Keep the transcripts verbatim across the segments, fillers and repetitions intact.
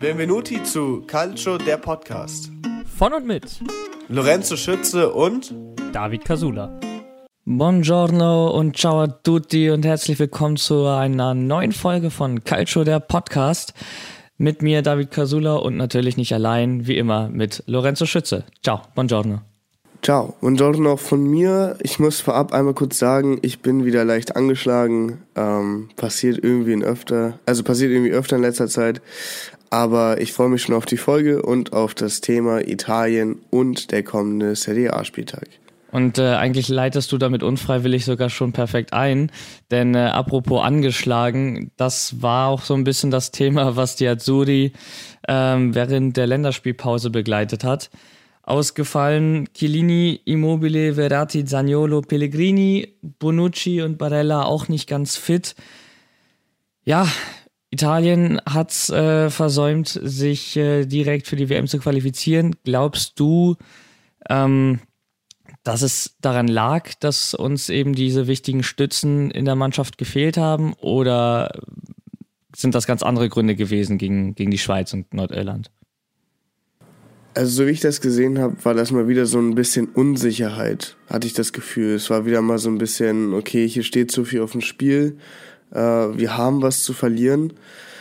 Benvenuti zu Calcio, der Podcast. Von und mit Lorenzo Schütze und David Casula. Buongiorno und ciao a tutti und herzlich willkommen zu einer neuen Folge von Calcio, der Podcast. Mit mir David Casula und natürlich nicht allein, wie immer, mit Lorenzo Schütze. Ciao, buongiorno. Ciao, buongiorno auch von mir. Ich muss vorab einmal kurz sagen, ich bin wieder leicht angeschlagen. Ähm, passiert irgendwie in öfter, also passiert irgendwie öfter in letzter Zeit. Aber ich freue mich schon auf die Folge und auf das Thema Italien und der kommende Serie A-Spieltag. Und äh, eigentlich leitest du damit unfreiwillig sogar schon perfekt ein, denn äh, apropos angeschlagen, das war auch so ein bisschen das Thema, was die Azzurri ähm, während der Länderspielpause begleitet hat. Ausgefallen Chiellini, Immobile, Verratti, Zaniolo, Pellegrini, Bonucci und Barella auch nicht ganz fit. Ja, Italien hat's äh, versäumt, sich äh, direkt für die W M zu qualifizieren. Glaubst du, ähm, dass es daran lag, dass uns eben diese wichtigen Stützen in der Mannschaft gefehlt haben? Oder sind das ganz andere Gründe gewesen gegen, gegen die Schweiz und Nordirland? Also so wie ich das gesehen habe, war das mal wieder so ein bisschen Unsicherheit, hatte ich das Gefühl. Es war wieder mal so ein bisschen, okay, hier steht so viel auf dem Spiel, äh, wir haben was zu verlieren.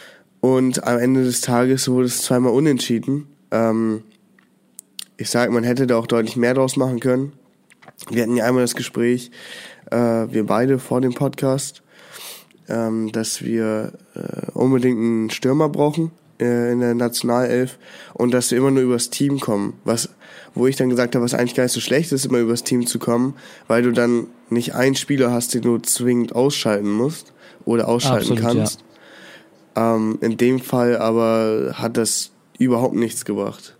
Und am Ende des Tages wurde es zweimal unentschieden. Ähm, ich sage, man hätte da auch deutlich mehr draus machen können. Wir hatten ja einmal das Gespräch, äh, wir beide vor dem Podcast, ähm, dass wir äh, unbedingt einen Stürmer brauchen in der Nationalelf und dass wir immer nur übers Team kommen, was, wo ich dann gesagt habe, was eigentlich gar nicht so schlecht ist, immer übers Team zu kommen, weil du dann nicht einen Spieler hast, den du zwingend ausschalten musst oder ausschalten Absolut, kannst. Ja. Ähm, in dem Fall aber hat das überhaupt nichts gebracht.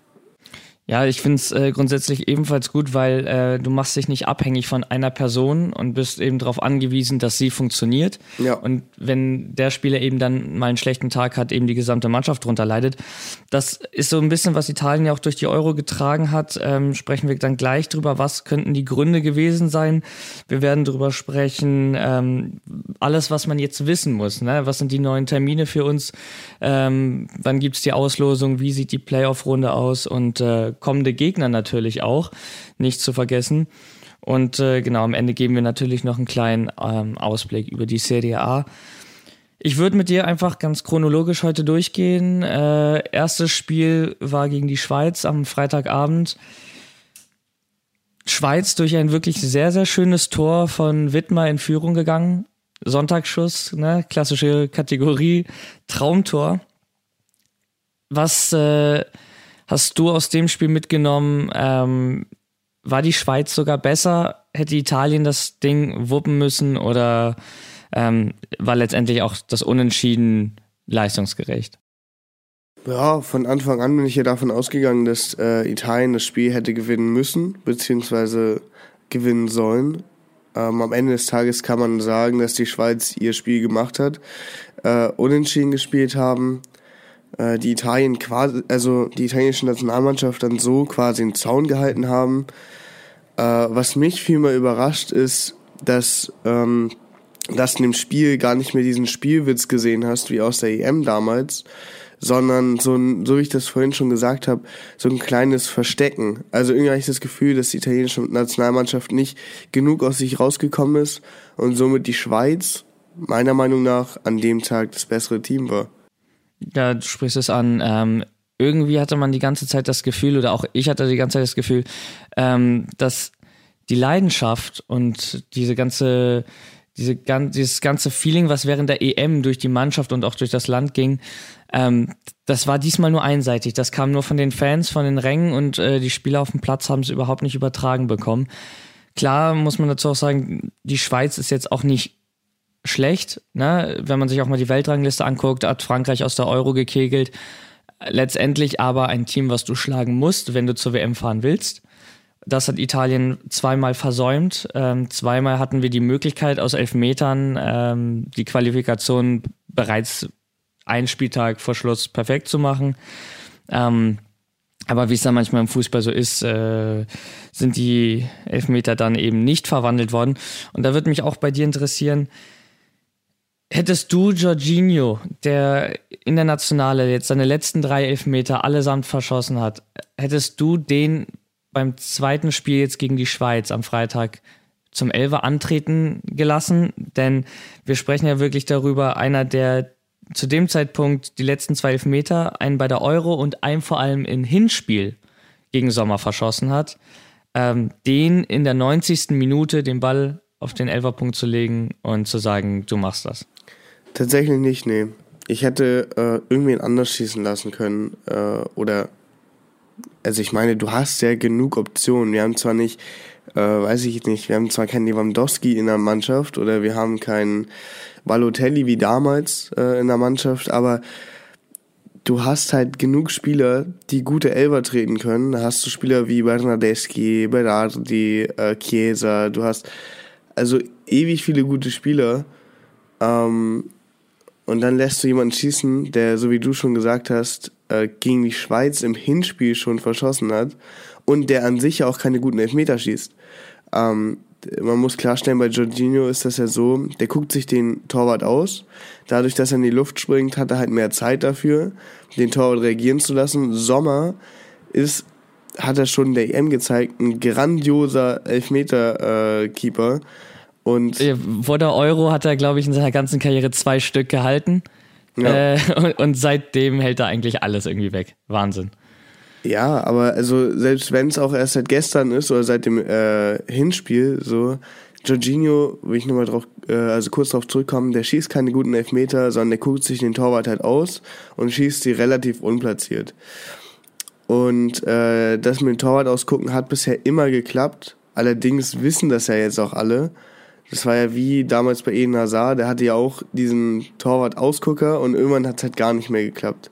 Ja, ich finde es äh, grundsätzlich ebenfalls gut, weil äh, du machst dich nicht abhängig von einer Person und bist eben darauf angewiesen, dass sie funktioniert. Ja. Und wenn der Spieler eben dann mal einen schlechten Tag hat, eben die gesamte Mannschaft drunter leidet. Das ist so ein bisschen, was Italien ja auch durch die Euro getragen hat. Ähm, sprechen wir dann gleich drüber, was könnten die Gründe gewesen sein. Wir werden drüber sprechen, ähm, alles, was man jetzt wissen muss. Ne? Was sind die neuen Termine für uns? Ähm, wann gibt's die Auslosung? Wie sieht die Playoff-Runde aus? Und äh, kommende Gegner natürlich auch, nicht zu vergessen. Und äh, genau, am Ende geben wir natürlich noch einen kleinen ähm, Ausblick über die Serie A. Ich würde mit dir einfach ganz chronologisch heute durchgehen. Äh, erstes Spiel war gegen die Schweiz am Freitagabend. Schweiz durch ein wirklich sehr, sehr schönes Tor von Widmer in Führung gegangen. Sonntagsschuss, ne? Klassische Kategorie, Traumtor. Was äh, hast du aus dem Spiel mitgenommen? Ähm, war die Schweiz sogar besser? Hätte Italien das Ding wuppen müssen oder ähm, war letztendlich auch das Unentschieden leistungsgerecht? Ja, von Anfang an bin ich ja davon ausgegangen, dass äh, Italien das Spiel hätte gewinnen müssen, beziehungsweise gewinnen sollen. Ähm, am Ende des Tages kann man sagen, dass die Schweiz ihr Spiel gemacht hat, äh, unentschieden gespielt haben, äh, die Italien quasi, also die italienische Nationalmannschaft dann so quasi einen Zaun gehalten haben. Äh, was mich vielmehr überrascht ist, dass, ähm, dass du in dem Spiel gar nicht mehr diesen Spielwitz gesehen hast, wie aus der E M damals, sondern so ein, so wie ich das vorhin schon gesagt habe, so ein kleines Verstecken. Also irgendwie habe ich das Gefühl, dass die italienische Nationalmannschaft nicht genug aus sich rausgekommen ist und somit die Schweiz meiner Meinung nach an dem Tag das bessere Team war. Ja, du sprichst es an. Ähm, irgendwie hatte man die ganze Zeit das Gefühl, oder auch ich hatte die ganze Zeit das Gefühl, ähm, dass die Leidenschaft und diese ganze Diese, dieses ganze Feeling, was während der E M durch die Mannschaft und auch durch das Land ging, ähm, das war diesmal nur einseitig. Das kam nur von den Fans, von den Rängen und äh, die Spieler auf dem Platz haben es überhaupt nicht übertragen bekommen. Klar muss man dazu auch sagen, die Schweiz ist jetzt auch nicht schlecht, ne? Wenn man sich auch mal die Weltrangliste anguckt, hat Frankreich aus der Euro gekegelt. Letztendlich aber ein Team, was du schlagen musst, wenn du zur W M fahren willst. Das hat Italien zweimal versäumt. Ähm, zweimal hatten wir die Möglichkeit, aus Elfmetern ähm, die Qualifikation bereits einen Spieltag vor Schluss perfekt zu machen. Ähm, aber wie es dann manchmal im Fußball so ist, äh, sind die Elfmeter dann eben nicht verwandelt worden. Und da würde mich auch bei dir interessieren, Hättest du Jorginho, der in der Nationale jetzt seine letzten drei Elfmeter allesamt verschossen hat, hättest du den beim zweiten Spiel jetzt gegen die Schweiz am Freitag zum Elfer antreten gelassen? Denn wir sprechen ja wirklich darüber, einer, der zu dem Zeitpunkt die letzten zwei Elfmeter, einen bei der Euro und einen vor allem im Hinspiel gegen Sommer verschossen hat, ähm, den in der neunzigsten Minute den Ball auf den Elferpunkt zu legen und zu sagen, du machst das. Tatsächlich nicht, nee. Ich hätte äh, irgendwen anders schießen lassen können äh, oder, also ich meine, du hast ja genug Optionen. Wir haben zwar nicht, äh, weiß ich nicht, wir haben zwar keinen Lewandowski in der Mannschaft oder wir haben keinen Balotelli wie damals äh, in der Mannschaft, aber du hast halt genug Spieler, die gute Elfer treten können. Da hast du Spieler wie Bernardeschi, Berardi, äh, Chiesa, du hast also ewig viele gute Spieler. Ähm, und dann lässt du jemanden schießen, der, so wie du schon gesagt hast, äh, gegen die Schweiz im Hinspiel schon verschossen hat und der an sich ja auch keine guten Elfmeter schießt. Ähm, man muss klarstellen, bei Jorginho ist das ja so, der guckt sich den Torwart aus. Dadurch, dass er in die Luft springt, hat er halt mehr Zeit dafür, den Torwart reagieren zu lassen. Sommer ist, hat er schon in der E M gezeigt, ein grandioser Elfmeter-Keeper. Und vor der Euro hat er, glaube ich, in seiner ganzen Karriere zwei Stück gehalten. Ja. Äh, und, und seitdem hält er eigentlich alles irgendwie weg. Wahnsinn. Ja, aber also selbst wenn es auch erst seit gestern ist oder seit dem äh, Hinspiel, so Jorginho, will ich nochmal drauf, äh, also kurz drauf zurückkommen, der schießt keine guten Elfmeter, sondern der guckt sich den Torwart halt aus und schießt sie relativ unplatziert. Und äh, das mit dem Torwart ausgucken hat bisher immer geklappt. Allerdings wissen das ja jetzt auch alle. Das war ja wie damals bei Eden Hazard, der hatte ja auch diesen Torwart-Ausgucker und irgendwann hat es halt gar nicht mehr geklappt.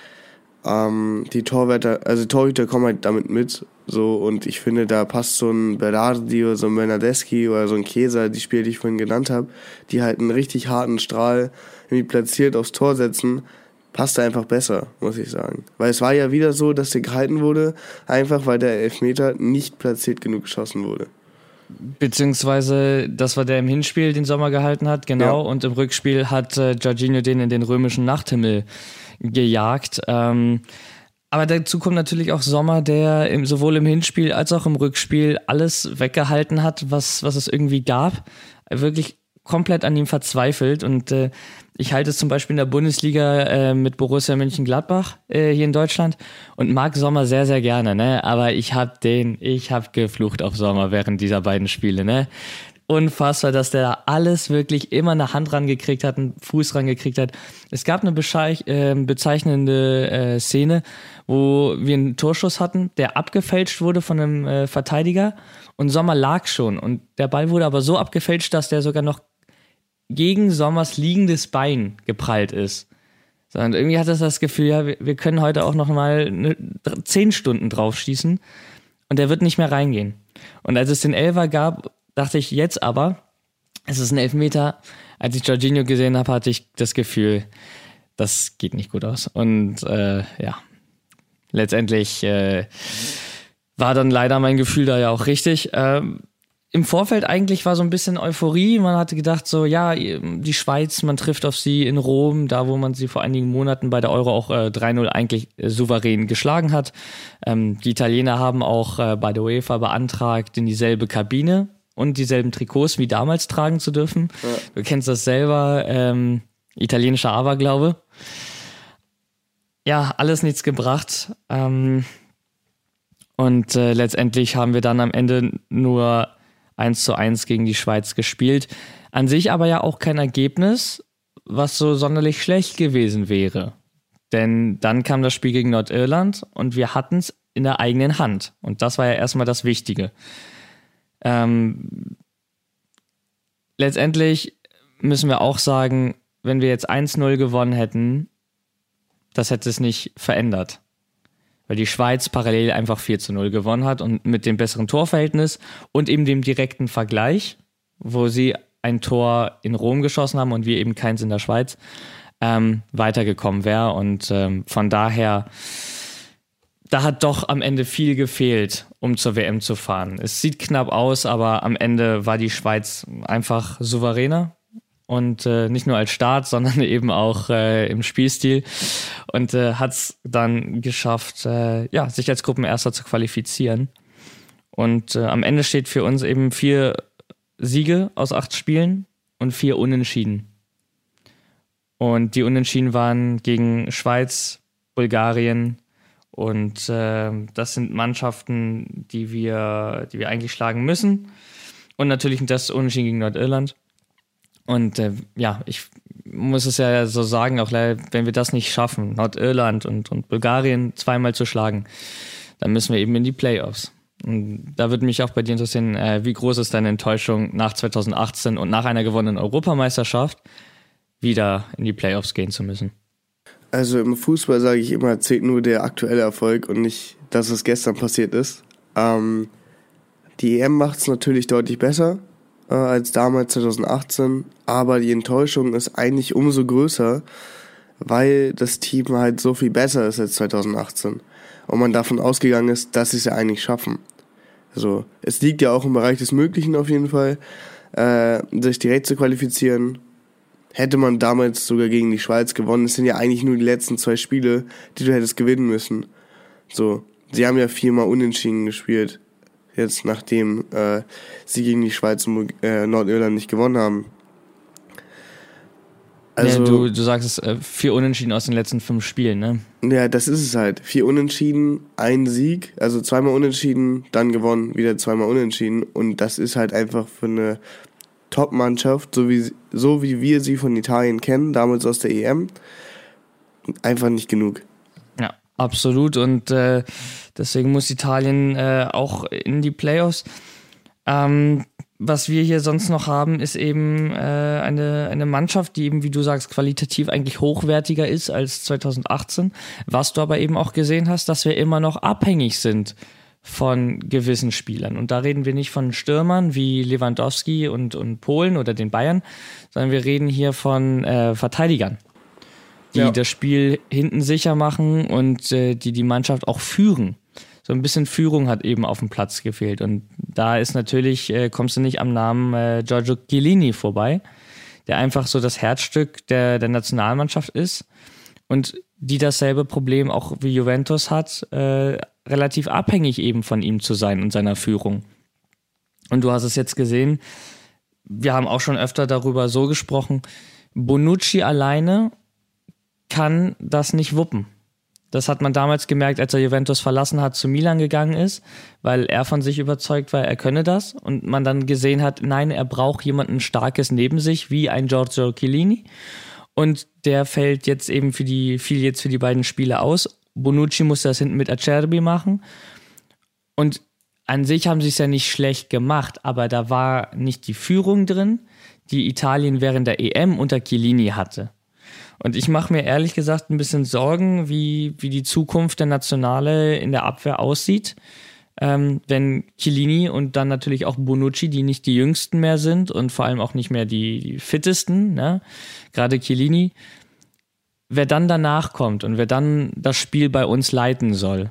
Ähm, die Torwärter, also Torhüter kommen halt damit mit, so, und ich finde, da passt so ein Berardi oder so ein Bernardeschi oder so ein Chiesa, die Spieler, die ich vorhin genannt habe, die halt einen richtig harten Strahl irgendwie platziert aufs Tor setzen, passt da einfach besser, muss ich sagen. Weil es war ja wieder so, dass der gehalten wurde, einfach weil der Elfmeter nicht platziert genug geschossen wurde. Beziehungsweise, das war der im Hinspiel, den Sommer gehalten hat, genau, ja. Und im Rückspiel hat äh, Jorginho den in den römischen Nachthimmel gejagt. Ähm, aber dazu kommt natürlich auch Sommer, der im, sowohl im Hinspiel als auch im Rückspiel alles weggehalten hat, was, was es irgendwie gab. Wirklich komplett an ihm verzweifelt und äh, ich halte es zum Beispiel in der Bundesliga äh, mit Borussia Mönchengladbach äh, hier in Deutschland und mag Sommer sehr, sehr gerne, ne? Aber ich hab den, ich hab geflucht auf Sommer während dieser beiden Spiele, ne? Unfassbar, dass der da alles wirklich immer eine Hand rangekriegt hat, einen Fuß rangekriegt hat. Es gab eine bescheich, äh, bezeichnende äh, Szene, wo wir einen Torschuss hatten, der abgefälscht wurde von einem äh, Verteidiger und Sommer lag schon und der Ball wurde aber so abgefälscht, dass der sogar noch gegen Sommers liegendes Bein geprallt ist. Sondern irgendwie hat es das Gefühl, ja, wir, wir können heute auch noch mal eine, zehn Stunden drauf schießen und der wird nicht mehr reingehen. Und als es den Elfer gab, dachte ich jetzt aber, es ist ein Elfmeter. Als ich Jorginho gesehen habe, hatte ich das Gefühl, das geht nicht gut aus. Und äh, ja, letztendlich äh, war dann leider mein Gefühl da ja auch richtig. Ähm, Im Vorfeld eigentlich war so ein bisschen Euphorie. Man hatte gedacht so, ja, die Schweiz, man trifft auf sie in Rom, da wo man sie vor einigen Monaten bei der Euro auch äh, drei null eigentlich äh, souverän geschlagen hat. Ähm, die Italiener haben auch äh, bei der UEFA beantragt, in dieselbe Kabine und dieselben Trikots wie damals tragen zu dürfen. Ja. Du kennst das selber, ähm, italienischer Aberglaube. Ja, alles nichts gebracht. Ähm, und äh, letztendlich haben wir dann am Ende nur eins zu eins gegen die Schweiz gespielt. An sich aber ja auch kein Ergebnis, was so sonderlich schlecht gewesen wäre. Denn dann kam das Spiel gegen Nordirland und wir hatten es in der eigenen Hand. Und das war ja erstmal das Wichtige. Ähm, letztendlich müssen wir auch sagen, wenn wir jetzt eins null gewonnen hätten, das hätte es nicht verändert. Weil die Schweiz parallel einfach vier zu null gewonnen hat und mit dem besseren Torverhältnis und eben dem direkten Vergleich, wo sie ein Tor in Rom geschossen haben und wir eben keins in der Schweiz, ähm, weitergekommen wäre. Und ähm, von daher, da hat doch am Ende viel gefehlt, um zur W M zu fahren. Es sieht knapp aus, aber am Ende war die Schweiz einfach souveräner und äh, nicht nur als Start, sondern eben auch äh, im Spielstil und äh, hat es dann geschafft, äh, ja, sich als Gruppenerster zu qualifizieren. Und äh, am Ende steht für uns eben vier Siege aus acht Spielen und vier Unentschieden. Und die Unentschieden waren gegen Schweiz, Bulgarien und äh, das sind Mannschaften, die wir, die wir eigentlich schlagen müssen. Und natürlich das Unentschieden gegen Nordirland. Und äh, ja, ich muss es ja so sagen, auch wenn wir das nicht schaffen, Nordirland und, und Bulgarien zweimal zu schlagen, dann müssen wir eben in die Playoffs. Und da würde mich auch bei dir interessieren, äh, wie groß ist deine Enttäuschung nach zwanzig achtzehn und nach einer gewonnenen Europameisterschaft wieder in die Playoffs gehen zu müssen? Also im Fußball sage ich immer, zählt nur der aktuelle Erfolg und nicht, dass es gestern passiert ist. Ähm, die E M macht es natürlich deutlich besser äh, als damals zwanzig achtzehn, aber die Enttäuschung ist eigentlich umso größer, weil das Team halt so viel besser ist als zwanzig achtzehn und man davon ausgegangen ist, dass sie es ja eigentlich schaffen. Also es liegt ja auch im Bereich des Möglichen auf jeden Fall, äh, sich direkt zu qualifizieren. Hätte man damals sogar gegen die Schweiz gewonnen, es sind ja eigentlich nur die letzten zwei Spiele, die du hättest gewinnen müssen. So, sie haben ja viermal unentschieden gespielt, jetzt nachdem äh, sie gegen die Schweiz und äh, Nordirland nicht gewonnen haben. Also, ja, du, du sagst es, äh, vier Unentschieden aus den letzten fünf Spielen, ne? Ja, das ist es halt. Vier Unentschieden, ein Sieg, also zweimal Unentschieden, dann gewonnen, wieder zweimal Unentschieden. Und das ist halt einfach für eine Top-Mannschaft, so wie, so wie wir sie von Italien kennen, damals aus der E M, einfach nicht genug. Ja, absolut. Und äh, deswegen muss Italien äh, auch in die Playoffs. Ähm, was wir hier sonst noch haben, ist eben äh, eine, eine Mannschaft, die eben, wie du sagst, qualitativ eigentlich hochwertiger ist als zwanzig achtzehn. Was du aber eben auch gesehen hast, dass wir immer noch abhängig sind von gewissen Spielern. Und da reden wir nicht von Stürmern wie Lewandowski und, und Polen oder den Bayern, sondern wir reden hier von äh, Verteidigern, die ja. das Spiel hinten sicher machen und äh, die die Mannschaft auch führen. So ein bisschen Führung hat eben auf dem Platz gefehlt. Und da ist natürlich, äh, kommst du nicht am Namen äh, Giorgio Chiellini vorbei, der einfach so das Herzstück der, der Nationalmannschaft ist und die dasselbe Problem auch wie Juventus hat, äh, relativ abhängig eben von ihm zu sein und seiner Führung. Und du hast es jetzt gesehen, wir haben auch schon öfter darüber so gesprochen, Bonucci alleine kann das nicht wuppen. Das hat man damals gemerkt, als er Juventus verlassen hat, zu Milan gegangen ist, weil er von sich überzeugt war, er könne das. Und man dann gesehen hat, nein, er braucht jemanden Starkes neben sich, wie ein Giorgio Chiellini. Und der fällt jetzt eben für die, fiel jetzt für die beiden Spiele aus. Bonucci musste das hinten mit Acerbi machen. Und an sich haben sie es ja nicht schlecht gemacht, aber da war nicht die Führung drin, die Italien während der E M unter Chiellini hatte. Und ich mache mir ehrlich gesagt ein bisschen Sorgen, wie, wie die Zukunft der Nationale in der Abwehr aussieht, ähm, wenn Chiellini und dann natürlich auch Bonucci, die nicht die Jüngsten mehr sind und vor allem auch nicht mehr die, die Fittesten, ne? Gerade Chiellini, wer dann danach kommt und wer dann das Spiel bei uns leiten soll.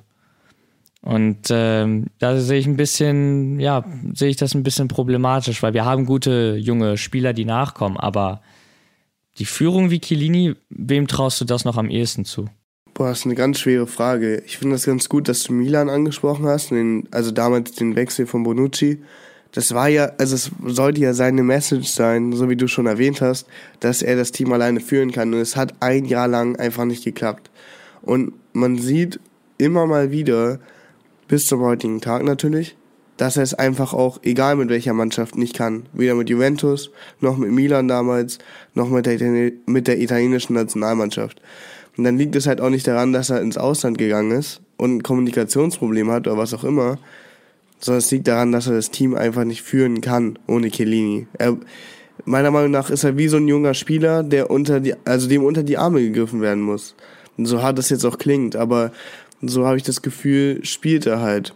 Und ähm, da sehe ich ein bisschen, ja, sehe ich das ein bisschen problematisch, weil wir haben gute junge Spieler, die nachkommen, aber die Führung wie Chiellini, wem traust du das noch am ehesten zu? Boah, das ist eine ganz schwere Frage. Ich finde das ganz gut, dass du Milan angesprochen hast, den, also damals den Wechsel von Bonucci. Das war ja, also es sollte ja seine Message sein, so wie du schon erwähnt hast, dass er das Team alleine führen kann. Und es hat ein Jahr lang einfach nicht geklappt. Und man sieht immer mal wieder, bis zum heutigen Tag natürlich, dass er es einfach auch, egal mit welcher Mannschaft, nicht kann. Weder mit Juventus, noch mit Milan damals, noch mit der, mit der italienischen Nationalmannschaft. Und dann liegt es halt auch nicht daran, dass er ins Ausland gegangen ist und ein Kommunikationsproblem hat oder was auch immer, sondern es liegt daran, dass er das Team einfach nicht führen kann ohne Chiellini. Er, meiner Meinung nach ist er wie so ein junger Spieler, der unter die, also dem unter die Arme gegriffen werden muss. Und so hart das jetzt auch klingt, aber so habe ich das Gefühl, spielt er halt.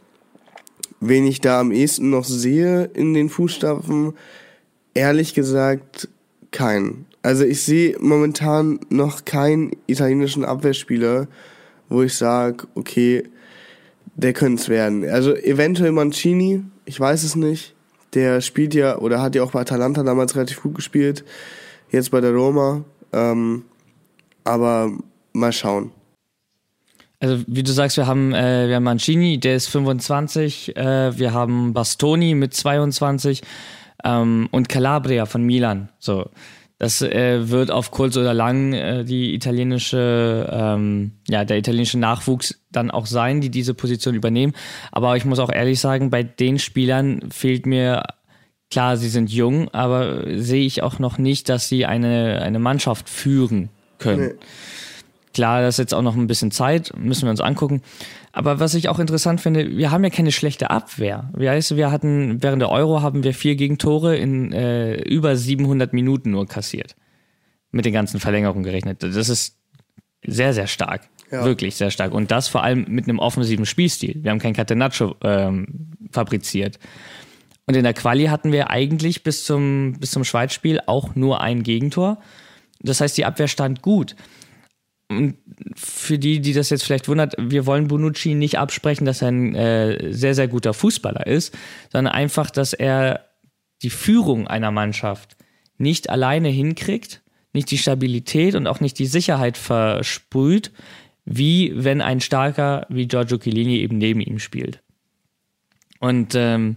Wen ich da am ehesten noch sehe in den Fußstapfen, ehrlich gesagt, keinen. Also ich sehe momentan noch keinen italienischen Abwehrspieler, wo ich sage, okay, der könnte es werden. Also eventuell Mancini, ich weiß es nicht. Der spielt ja, oder hat ja auch bei Atalanta damals relativ gut gespielt. jetzt bei der Roma. Ähm, aber mal schauen. Also wie du sagst, wir haben, äh, wir haben Mancini, der ist fünfundzwanzig, äh, wir haben Bastoni mit zweiundzwanzig ähm, und Calabria von Milan. So, das äh, wird auf kurz oder lang äh, die italienische, ähm, ja, der italienische Nachwuchs dann auch sein, die diese Position übernehmen. Aber ich muss auch ehrlich sagen, bei den Spielern fehlt mir, klar, sie sind jung, aber sehe ich auch noch nicht, dass sie eine, eine Mannschaft führen können. Nee. Klar, das ist jetzt auch noch ein bisschen Zeit, müssen wir uns angucken. Aber was ich auch interessant finde, wir haben ja keine schlechte Abwehr. Wie heißt, wir hatten, während der Euro haben wir vier Gegentore in äh, über siebenhundert Minuten nur kassiert. Mit den ganzen Verlängerungen gerechnet. Das ist sehr, sehr stark. Ja. Wirklich sehr stark. Und das vor allem mit einem offensiven Spielstil. Wir haben kein Catenaccio ähm, fabriziert. Und in der Quali hatten wir eigentlich bis zum, bis zum Schweiz-Spiel auch nur ein Gegentor. Das heißt, die Abwehr stand gut. Und für die, die das jetzt vielleicht wundert, wir wollen Bonucci nicht absprechen, dass er ein äh, sehr, sehr guter Fußballer ist, sondern einfach, dass er die Führung einer Mannschaft nicht alleine hinkriegt, nicht die Stabilität und auch nicht die Sicherheit versprüht, wie wenn ein starker wie Giorgio Chiellini eben neben ihm spielt. Und ähm,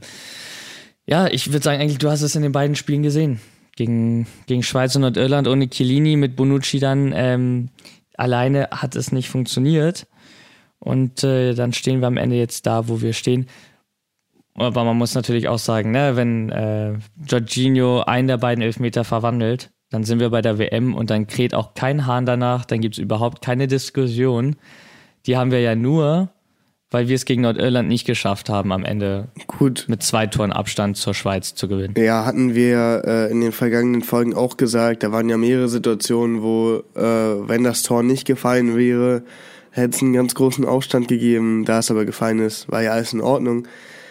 ja, ich würde sagen, eigentlich, du hast es in den beiden Spielen gesehen. Gegen, gegen Schweiz und Nordirland ohne Chiellini, mit Bonucci dann ähm, alleine hat es nicht funktioniert und äh, dann stehen wir am Ende jetzt da, wo wir stehen. Aber man muss natürlich auch sagen, ne, wenn äh, Jorginho einen der beiden Elfmeter verwandelt, dann sind wir bei der W M und dann kräht auch kein Hahn danach, dann gibt es überhaupt keine Diskussion. Die haben wir ja nur, weil wir es gegen Nordirland nicht geschafft haben, am Ende gut mit zwei Toren Abstand zur Schweiz zu gewinnen. Ja, hatten wir äh, in den vergangenen Folgen auch gesagt, da waren ja mehrere Situationen, wo, äh, wenn das Tor nicht gefallen wäre, hätte es einen ganz großen Aufstand gegeben. Da es aber gefallen ist, war ja alles in Ordnung.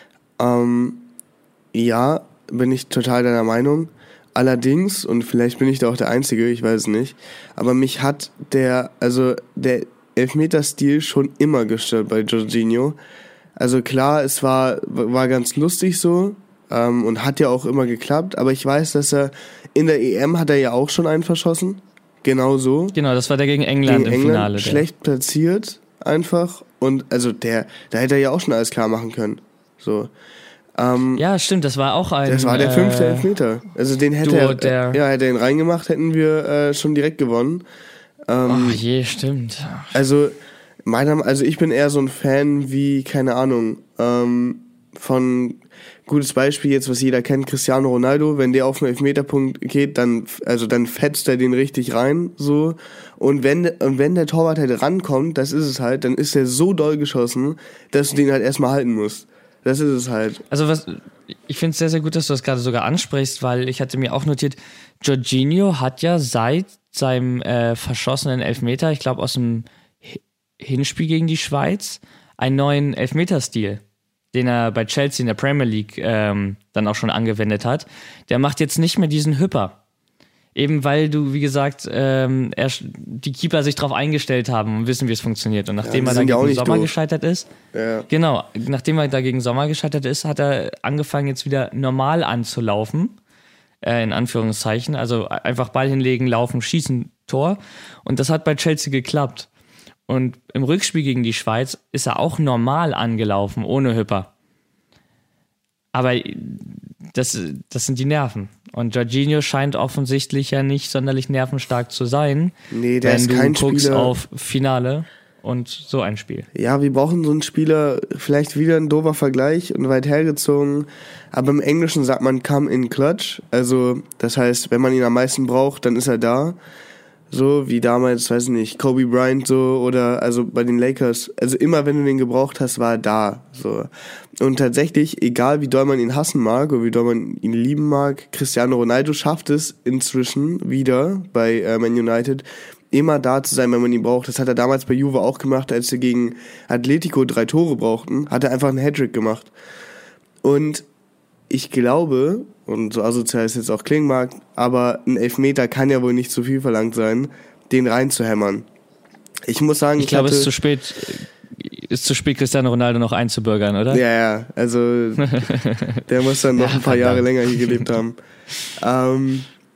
Ähm, ja, bin ich total deiner Meinung. Allerdings, und vielleicht bin ich da auch der Einzige, ich weiß es nicht, aber mich hat der, also der Elfmeterstil schon immer gestört bei Jorginho. Also klar, es war, war ganz lustig so ähm, und hat ja auch immer geklappt, aber ich weiß, dass er in der E M hat er ja auch schon einen verschossen. Genau so. Genau, das war der gegen England gegen im England, Finale. Schlecht der. platziert einfach und also der, da hätte er ja auch schon alles klar machen können. So. Ähm, ja, stimmt, das war auch ein... Das war der fünfte äh, Elfmeter. Also den hätte Duo, er, der ja, hätte er ihn reingemacht, hätten wir äh, schon direkt gewonnen. Ähm, oh je, stimmt. Also, meiner, also ich bin eher so ein Fan wie, keine Ahnung, ähm, von, gutes Beispiel jetzt, was jeder kennt, Cristiano Ronaldo, wenn der auf den Elfmeterpunkt geht, dann, also dann fetzt er den richtig rein, so. Und wenn, und wenn der Torwart halt rankommt, das ist es halt, dann ist er so doll geschossen, dass du den halt erstmal halten musst. Das ist es halt. Also was, ich finde es sehr, sehr gut, dass du das gerade sogar ansprichst, weil ich hatte mir auch notiert, Jorginho hat ja seit seinem äh, verschossenen Elfmeter, ich glaube aus dem Hinspiel gegen die Schweiz, einen neuen Elfmeterstil, den er bei Chelsea in der Premier League ähm, dann auch schon angewendet hat. Der macht jetzt nicht mehr diesen Hüpper. Eben weil du, wie gesagt, ähm, er, die Keeper sich darauf eingestellt haben und wissen, wie es funktioniert. Und nachdem ja, er dann gegen Sommer doof. gescheitert ist, ja. genau, nachdem er da gegen Sommer gescheitert ist, hat er angefangen jetzt wieder normal anzulaufen. In Anführungszeichen, also einfach Ball hinlegen, laufen, schießen, Tor. Und das hat bei Chelsea geklappt. Und im Rückspiel gegen die Schweiz ist er auch normal angelaufen, ohne Hüpper. Aber das, das sind die Nerven. Und Jorginho scheint offensichtlich ja nicht sonderlich nervenstark zu sein. Nee, der wenn ist du kein guckst Spieler. Auf Finale und so ein Spiel. Ja, wir brauchen so einen Spieler, vielleicht wieder ein doofer Vergleich und weit hergezogen, aber im Englischen sagt man come in clutch, also das heißt, wenn man ihn am meisten braucht, dann ist er da, so wie damals, weiß ich nicht, Kobe Bryant so oder also bei den Lakers, also immer wenn du den gebraucht hast, war er da, so. Und tatsächlich, egal wie doll man ihn hassen mag oder wie doll man ihn lieben mag, Cristiano Ronaldo schafft es inzwischen wieder bei äh, Man United, immer da zu sein, wenn man ihn braucht. Das hat er damals bei Juve auch gemacht, als sie gegen Atletico drei Tore brauchten, hat er einfach einen Hattrick gemacht. Und ich glaube, und so asozial es jetzt auch klingen mag, aber ein Elfmeter kann ja wohl nicht zu viel verlangt sein, den reinzuhämmern. Ich muss sagen, ich, ich glaube, hatte, es ist zu spät, ist zu spät, Cristiano Ronaldo noch einzubürgern, oder? Ja, ja, also der muss dann noch ja, ein paar Jahre länger hier gelebt haben. Ähm,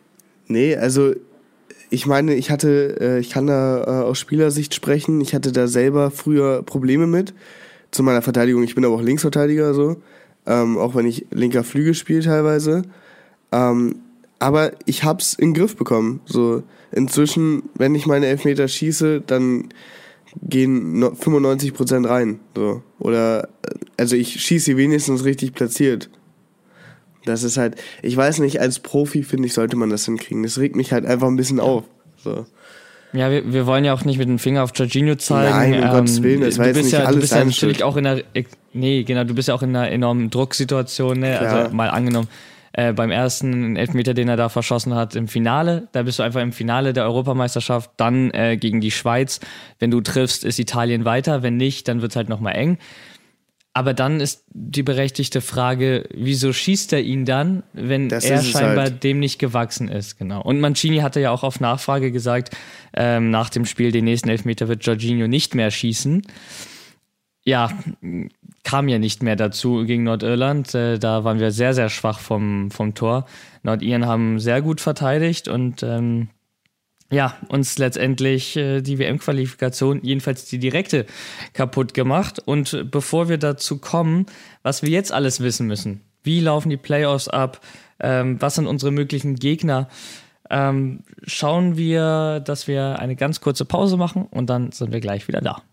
Nee, also ich meine, ich hatte, äh, ich kann da äh, aus Spielersicht sprechen, ich hatte da selber früher Probleme mit, zu meiner Verteidigung, ich bin aber auch Linksverteidiger, so, ähm, auch wenn ich linker Flügel spiele teilweise, ähm, aber ich hab's in den Griff bekommen, so, inzwischen, wenn ich meine Elfmeter schieße, dann gehen fünfundneunzig Prozent rein, so, oder, also ich schieße sie wenigstens richtig platziert. Das ist halt, ich weiß nicht, als Profi, finde ich, sollte man das hinkriegen. Das regt mich halt einfach ein bisschen auf. So. Ja, wir, wir wollen ja auch nicht mit dem Finger auf Jorginho zeigen. Nein, um ähm, Gottes Willen, das war jetzt nicht ja, alles Du bist ja deine natürlich Schuld. auch in einer, nee, genau, du bist ja auch in einer enormen Drucksituation, ne? Also mal angenommen, äh, beim ersten Elfmeter, den er da verschossen hat im Finale, da bist du einfach im Finale der Europameisterschaft, dann äh, gegen die Schweiz. Wenn du triffst, ist Italien weiter, wenn nicht, dann wird's halt nochmal eng. Aber dann ist die berechtigte Frage, wieso schießt er ihn dann, wenn Das er ist es scheinbar halt. dem nicht gewachsen ist, genau. Und Mancini hatte ja auch auf Nachfrage gesagt, ähm, nach dem Spiel, den nächsten Elfmeter wird Jorginho nicht mehr schießen. Ja, kam ja nicht mehr dazu gegen Nordirland. Äh, da waren wir sehr, sehr schwach vom, vom Tor. Nordiren haben sehr gut verteidigt und ähm, ja, uns letztendlich äh, die W M-Qualifikation, jedenfalls die direkte, kaputt gemacht. Und bevor wir dazu kommen, was wir jetzt alles wissen müssen, wie laufen die Playoffs ab, ähm, was sind unsere möglichen Gegner, ähm, schauen wir, dass wir eine ganz kurze Pause machen und dann sind wir gleich wieder da.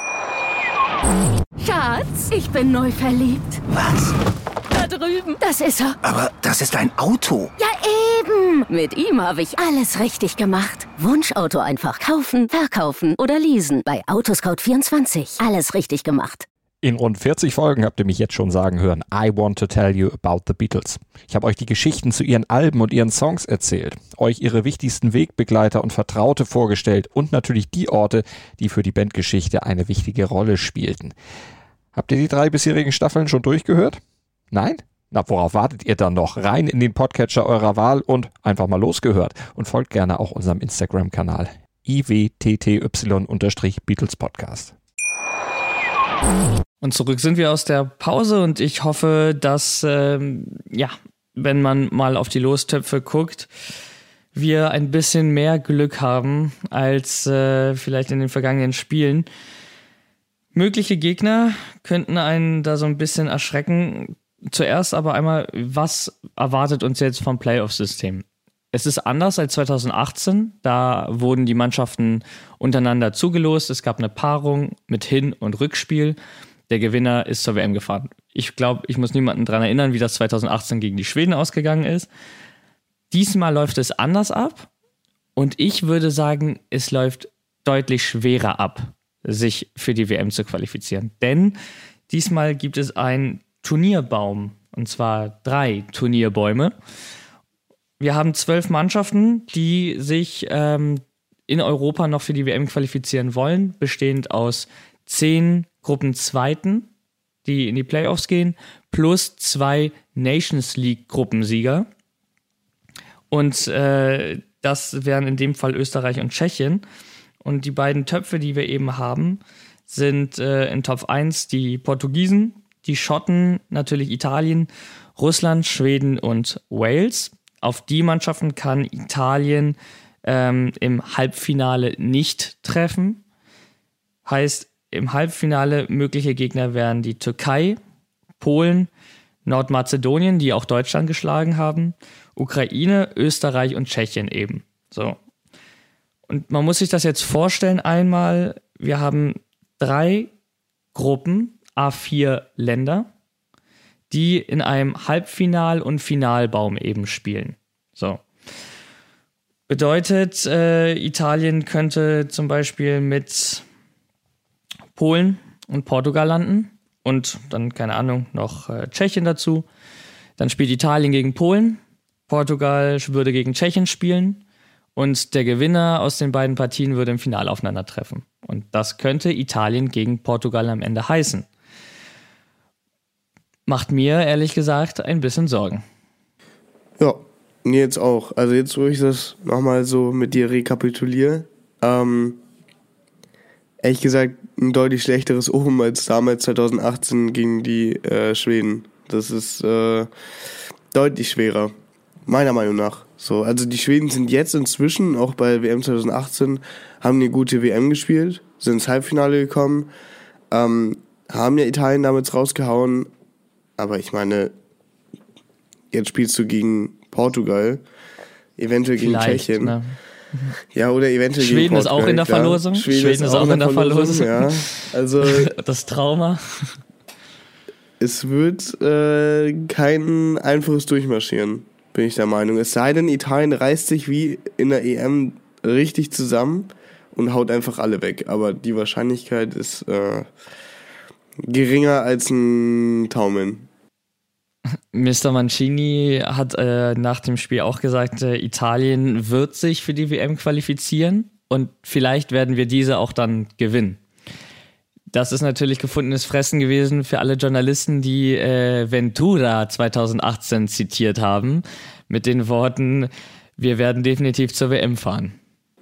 Schatz, ich bin neu verliebt. Was? Da drüben. Das ist er. Aber das ist ein Auto. Ja, eben. Mit ihm habe ich alles richtig gemacht. Wunschauto einfach kaufen, verkaufen oder leasen. Bei Autoscout vierundzwanzig. Alles richtig gemacht. In rund vierzig Folgen habt ihr mich jetzt schon sagen hören, I want to tell you about the Beatles. Ich habe euch die Geschichten zu ihren Alben und ihren Songs erzählt, euch ihre wichtigsten Wegbegleiter und Vertraute vorgestellt und natürlich die Orte, die für die Bandgeschichte eine wichtige Rolle spielten. Habt ihr die drei bisherigen Staffeln schon durchgehört? Nein? Na, worauf wartet ihr dann noch? Rein in den Podcatcher eurer Wahl und einfach mal losgehört. Und folgt gerne auch unserem Instagram-Kanal I W T T Y-Beatles Podcast. Und zurück sind wir aus der Pause und ich hoffe, dass, ähm, ja, wenn man mal auf die Lostöpfe guckt, wir ein bisschen mehr Glück haben als äh, vielleicht in den vergangenen Spielen. Mögliche Gegner könnten einen da so ein bisschen erschrecken. Zuerst aber einmal, was erwartet uns jetzt vom Playoff-System? Es ist anders als zwanzig achtzehn, da wurden die Mannschaften untereinander zugelost, es gab eine Paarung mit Hin- und Rückspiel, der Gewinner ist zur W M gefahren. Ich glaube, ich muss niemanden daran erinnern, wie das zwanzig achtzehn gegen die Schweden ausgegangen ist. Diesmal läuft es anders ab und ich würde sagen, es läuft deutlich schwerer ab, sich für die W M zu qualifizieren. Denn diesmal gibt es einen Turnierbaum, und zwar drei Turnierbäume. Wir haben zwölf Mannschaften, die sich ähm, in Europa noch für die W M qualifizieren wollen, bestehend aus zehn Gruppenzweiten, die in die Playoffs gehen, plus zwei Nations League Gruppensieger. Und äh, das wären in dem Fall Österreich und Tschechien. Und die beiden Töpfe, die wir eben haben, sind äh, in Top eins die Portugiesen, die Schotten, natürlich Italien, Russland, Schweden und Wales. Auf die Mannschaften kann Italien ähm, im Halbfinale nicht treffen. Heißt, im Halbfinale mögliche Gegner wären die Türkei, Polen, Nordmazedonien, die auch Deutschland geschlagen haben, Ukraine, Österreich und Tschechien eben. So. Und man muss sich das jetzt vorstellen einmal, wir haben drei Gruppen, A vier Länder, die in einem Halbfinal- und Finalbaum eben spielen. So. Bedeutet, äh, Italien könnte zum Beispiel mit Polen und Portugal landen und dann, keine Ahnung, noch äh, Tschechien dazu. Dann spielt Italien gegen Polen, Portugal würde gegen Tschechien spielen und der Gewinner aus den beiden Partien würde im Finale aufeinandertreffen. Und das könnte Italien gegen Portugal am Ende heißen. Macht mir, ehrlich gesagt, ein bisschen Sorgen. Ja, mir jetzt auch. Also jetzt, wo ich das nochmal so mit dir rekapituliere, ähm, ehrlich gesagt, ein deutlich schlechteres Omen als damals zwanzig achtzehn gegen die äh, Schweden. Das ist äh, deutlich schwerer, meiner Meinung nach. So, also die Schweden sind jetzt inzwischen, auch bei W M zwanzig achtzehn, haben eine gute W M gespielt, sind ins Halbfinale gekommen, ähm, haben ja Italien damals rausgehauen, aber ich meine, jetzt spielst du gegen Portugal, eventuell gegen Vielleicht, Tschechien. Ne? Ja, oder eventuell Schweden gegen Portugal. ist auch in der klar. Verlosung. Schweden, Schweden ist auch in der Verlosung. Ja, also Das Trauma. es wird äh, kein einfaches Durchmarschieren, bin ich der Meinung. Es sei denn, Italien reißt sich wie in der E M richtig zusammen und haut einfach alle weg. Aber die Wahrscheinlichkeit ist äh, geringer als ein Taumeln. Mister Mancini hat äh, nach dem Spiel auch gesagt, äh, Italien wird sich für die W M qualifizieren und vielleicht werden wir diese auch dann gewinnen. Das ist natürlich gefundenes Fressen gewesen für alle Journalisten, die äh, Ventura zwanzig achtzehn zitiert haben, mit den Worten, wir werden definitiv zur W M fahren.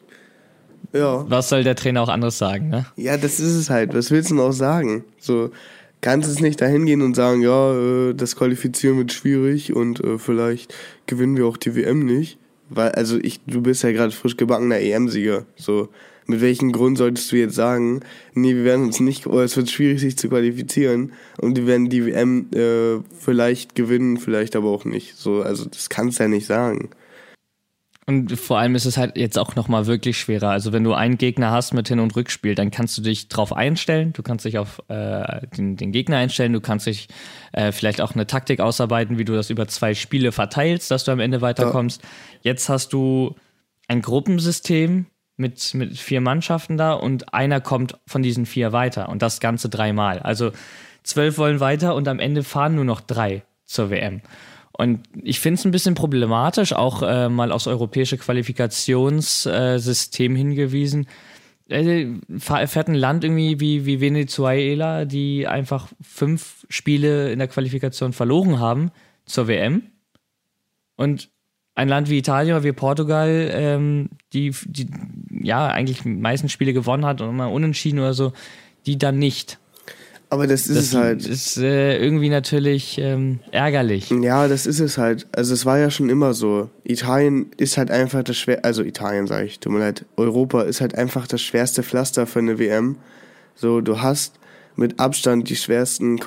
Ja. Was soll der Trainer auch anderes sagen, ne? Ja, das ist es halt. Was willst du denn auch sagen? So, kannst es nicht dahin gehen und sagen, ja, äh, das Qualifizieren wird schwierig und äh, vielleicht gewinnen wir auch die W M nicht. Weil, also ich, du bist ja gerade frisch gebackener E M-Sieger. So, mit welchem Grund solltest du jetzt sagen, nee, wir werden uns nicht, oder es wird schwierig, sich zu qualifizieren und wir werden die W M äh, vielleicht gewinnen, vielleicht aber auch nicht. So, also das kannst du ja nicht sagen. Und vor allem ist es halt jetzt auch nochmal wirklich schwerer. Also wenn du einen Gegner hast mit Hin- und Rückspiel, dann kannst du dich drauf einstellen, du kannst dich auf äh, den, den Gegner einstellen, du kannst dich äh, vielleicht auch eine Taktik ausarbeiten, wie du das über zwei Spiele verteilst, dass du am Ende weiterkommst. Ja. Jetzt hast du ein Gruppensystem mit, mit vier Mannschaften da und einer kommt von diesen vier weiter und das Ganze dreimal. Also zwölf wollen weiter und am Ende fahren nur noch drei zur W M. Und ich finde es ein bisschen problematisch, auch äh, mal aufs europäische Qualifikationssystem äh, hingewiesen. Äh, fährt ein Land irgendwie wie, wie Venezuela, die einfach fünf Spiele in der Qualifikation verloren haben zur W M. Und ein Land wie Italien oder wie Portugal, ähm, die, die ja eigentlich die meisten Spiele gewonnen hat und mal unentschieden oder so, die dann nicht. Aber das ist das es halt. Das ist äh, irgendwie natürlich ähm, ärgerlich. Ja, das ist es halt. Also es war ja schon immer so. Italien ist halt einfach das schwer, also Italien sage ich, tut mir leid, Europa ist halt einfach das schwerste Pflaster für eine W M. So, du hast mit Abstand die schwersten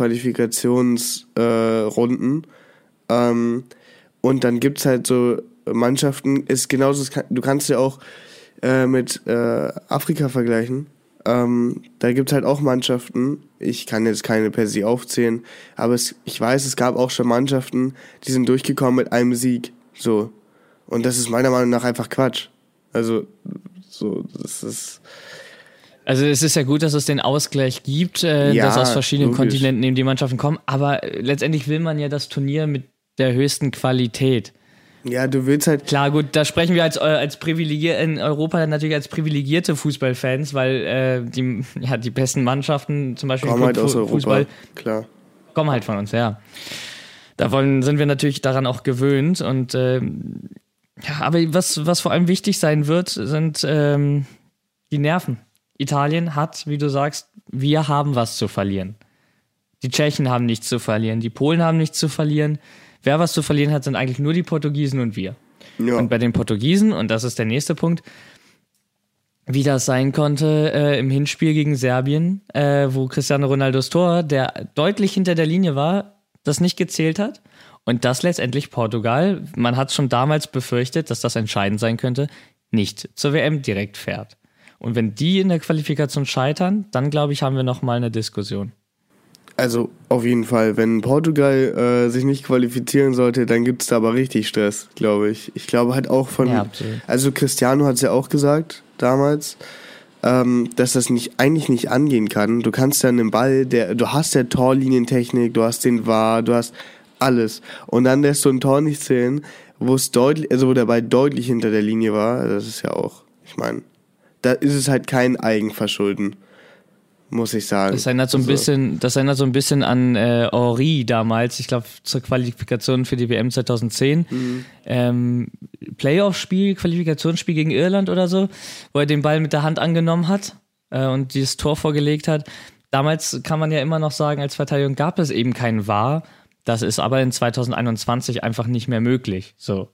Qualifikationsrunden. Äh, ähm, und dann gibt's halt so Mannschaften, ist genauso, du kannst ja auch äh, mit äh, Afrika vergleichen. Ähm, da gibt es halt auch Mannschaften, ich kann jetzt keine per se aufzählen, aber es, ich weiß, es gab auch schon Mannschaften, die sind durchgekommen mit einem Sieg, so. Und das ist meiner Meinung nach einfach Quatsch. Also, so, das ist... Also es ist ja gut, dass es den Ausgleich gibt, äh, ja, dass aus verschiedenen logisch. Kontinenten eben die Mannschaften kommen, aber äh, letztendlich will man ja das Turnier mit der höchsten Qualität. Ja, du willst halt... Klar, gut, da sprechen wir als, als privilegier in Europa natürlich als privilegierte Fußballfans, weil äh, die, ja, die besten Mannschaften, zum Beispiel kommen halt aus Europa, Fußball, klar. kommen halt von uns, ja. Davon sind wir natürlich daran auch gewöhnt und äh, ja, aber was, was vor allem wichtig sein wird, sind ähm, die Nerven. Italien hat, wie du sagst, wir haben was zu verlieren. Die Tschechen haben nichts zu verlieren, die Polen haben nichts zu verlieren. Wer was zu verlieren hat, sind eigentlich nur die Portugiesen und wir. Ja. Und bei den Portugiesen, und das ist der nächste Punkt, wie das sein konnte äh, im Hinspiel gegen Serbien, äh, wo Cristiano Ronaldos Tor, der deutlich hinter der Linie war, das nicht gezählt hat. Und das letztendlich Portugal, man hat schon damals befürchtet, dass das entscheidend sein könnte, nicht zur W M direkt fährt. Und wenn die in der Qualifikation scheitern, dann glaube ich, haben wir nochmal eine Diskussion. Also auf jeden Fall, wenn Portugal äh, sich nicht qualifizieren sollte, dann gibt's da aber richtig Stress, glaube ich. Ich glaube halt auch von, ja, also Cristiano hat es ja auch gesagt damals, ähm, dass das nicht eigentlich nicht angehen kann. Du kannst ja einen Ball, der, du hast ja Torlinientechnik, du hast den V A R, du hast alles und dann lässt du ein Tor nicht zählen, wo es deutlich, also wo der Ball deutlich hinter der Linie war. Das ist ja auch, ich meine, da ist es halt kein Eigenverschulden. Muss ich sagen. Das erinnert so ein also. bisschen, das erinnert so ein bisschen an äh, Henry damals, ich glaube zur Qualifikation für die W M zwanzig zehn. Mhm. Ähm, Playoff-Spiel, Qualifikationsspiel gegen Irland oder so, wo er den Ball mit der Hand angenommen hat äh, und dieses Tor vorgelegt hat. Damals kann man ja immer noch sagen, als Verteidigung gab es eben keinen V A R. Das ist aber in zwanzig einundzwanzig einfach nicht mehr möglich. So.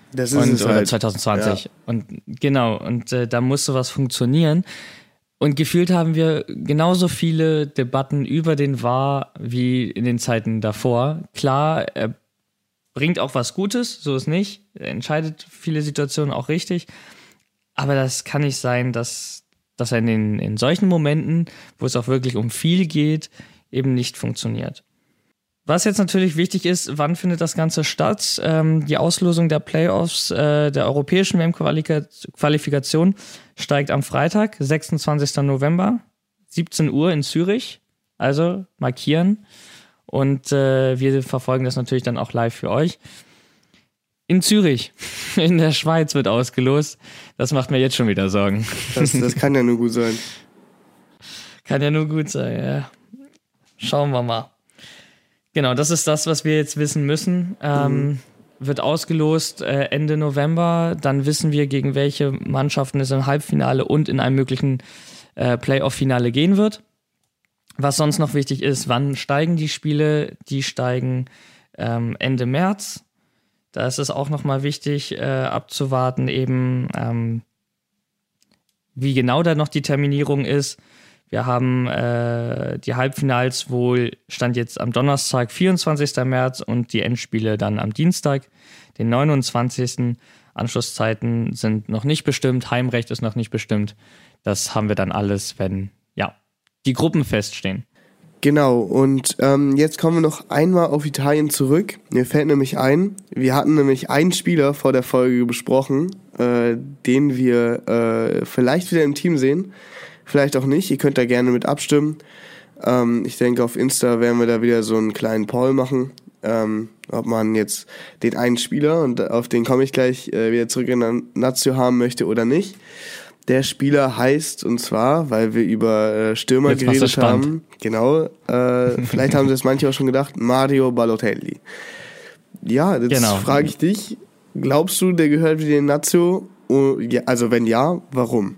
Das ist und, es oder halt. zwanzig zwanzig. Ja. Und genau, und äh, da muss sowas funktionieren. Und gefühlt haben wir genauso viele Debatten über den V A R wie in den Zeiten davor. Klar, er bringt auch was Gutes, so ist nicht. Er entscheidet viele Situationen auch richtig. Aber das kann nicht sein, dass, dass er in, den, in solchen Momenten, wo es auch wirklich um viel geht, eben nicht funktioniert. Was jetzt natürlich wichtig ist, wann findet das Ganze statt? Ähm, die Auslosung der Playoffs äh, der europäischen W M-Qualifikation steigt am Freitag, sechsundzwanzigsten November, siebzehn Uhr in Zürich. Also markieren. Und äh, wir verfolgen das natürlich dann auch live für euch. In Zürich, in der Schweiz wird ausgelost. Das macht mir jetzt schon wieder Sorgen. Das, das kann ja nur gut sein. Kann ja nur gut sein, ja. Schauen wir mal. Genau, das ist das, was wir jetzt wissen müssen. Ähm, mhm. Wird ausgelost äh, Ende November. Dann wissen wir, gegen welche Mannschaften es im Halbfinale und in einem möglichen äh, Playoff-Finale gehen wird. Was sonst noch wichtig ist, wann steigen die Spiele? Die steigen ähm, Ende März. Da ist es auch nochmal wichtig äh, abzuwarten, eben ähm, wie genau da noch die Terminierung ist. Wir haben äh, die Halbfinals wohl, stand jetzt am Donnerstag, vierundzwanzigsten März und die Endspiele dann am Dienstag, den neunundzwanzigsten Anschlusszeiten sind noch nicht bestimmt, Heimrecht ist noch nicht bestimmt. Das haben wir dann alles, wenn ja die Gruppen feststehen. Genau, und ähm, jetzt kommen wir noch einmal auf Italien zurück. Mir fällt nämlich ein, wir hatten nämlich einen Spieler vor der Folge besprochen, äh, den wir äh, vielleicht wieder im Team sehen, vielleicht auch nicht. Ihr könnt da gerne mit abstimmen. Ähm, ich denke, auf Insta werden wir da wieder so einen kleinen Poll machen, ähm, ob man jetzt den einen Spieler, und auf den komme ich gleich äh, wieder zurück in der Nazio haben möchte oder nicht. Der Spieler heißt, und zwar, weil wir über äh, Stürmer Jetzt geredet haben, genau, äh, vielleicht haben sie es manche auch schon gedacht, Mario Balotelli. Ja, jetzt genau. frage ich dich, glaubst du, der gehört wieder in Nazio? Also wenn ja, warum?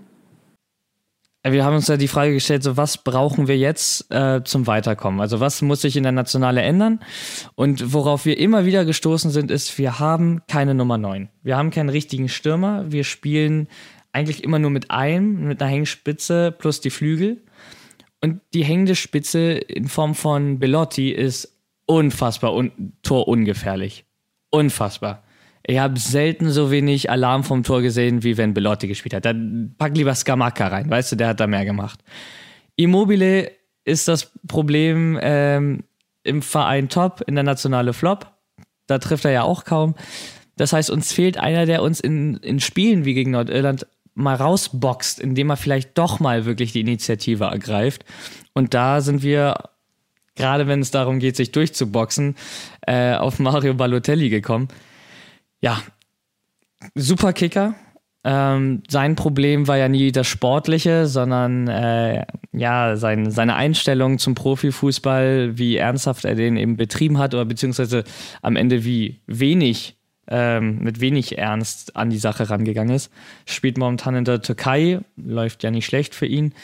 Wir haben uns ja die Frage gestellt, so was brauchen wir jetzt äh, zum Weiterkommen? Also was muss sich in der Nationale ändern? Und worauf wir immer wieder gestoßen sind, ist, wir haben keine Nummer neun. Wir haben keinen richtigen Stürmer. Wir spielen eigentlich immer nur mit einem, mit einer Hängspitze plus die Flügel. Und die hängende Spitze in Form von Belotti ist unfassbar un- torungefährlich. Unfassbar. Ich habe selten so wenig Alarm vom Tor gesehen, wie wenn Belotti gespielt hat. Dann pack lieber Scamacca rein, weißt du, der hat da mehr gemacht. Immobile ist das Problem ähm, im Verein top, in der Nationale Flop. Da trifft er ja auch kaum. Das heißt, uns fehlt einer, der uns in, in Spielen wie gegen Nordirland mal rausboxt, indem er vielleicht doch mal wirklich die Initiative ergreift. Und da sind wir, gerade wenn es darum geht, sich durchzuboxen, äh, auf Mario Balotelli gekommen. Ja, super Kicker. Ähm, sein Problem war ja nie das Sportliche, sondern äh, ja sein, seine Einstellung zum Profifußball, wie ernsthaft er den eben betrieben hat oder beziehungsweise am Ende wie wenig ähm, mit wenig Ernst an die Sache rangegangen ist. Spielt momentan in der Türkei, läuft ja nicht schlecht für ihn.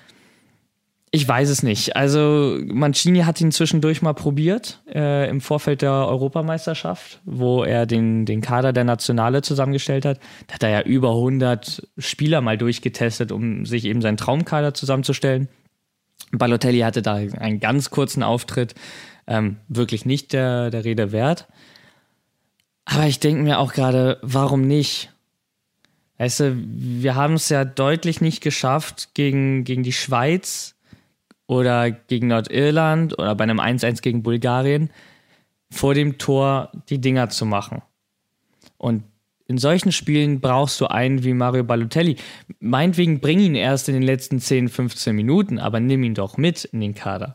Ich weiß es nicht. Also Mancini hat ihn zwischendurch mal probiert äh, im Vorfeld der Europameisterschaft, wo er den, den Kader der Nationale zusammengestellt hat. Da hat er ja über hundert Spieler mal durchgetestet, um sich eben seinen Traumkader zusammenzustellen. Balotelli hatte da einen ganz kurzen Auftritt, ähm, wirklich nicht der, der Rede wert. Aber ich denke mir auch gerade, warum nicht? Weißt du, wir haben es ja deutlich nicht geschafft, gegen, gegen die Schweiz oder gegen Nordirland oder bei einem eins eins gegen Bulgarien vor dem Tor die Dinger zu machen. Und in solchen Spielen brauchst du einen wie Mario Balotelli. Meinetwegen bring ihn erst in den letzten zehn, fünfzehn Minuten, aber nimm ihn doch mit in den Kader.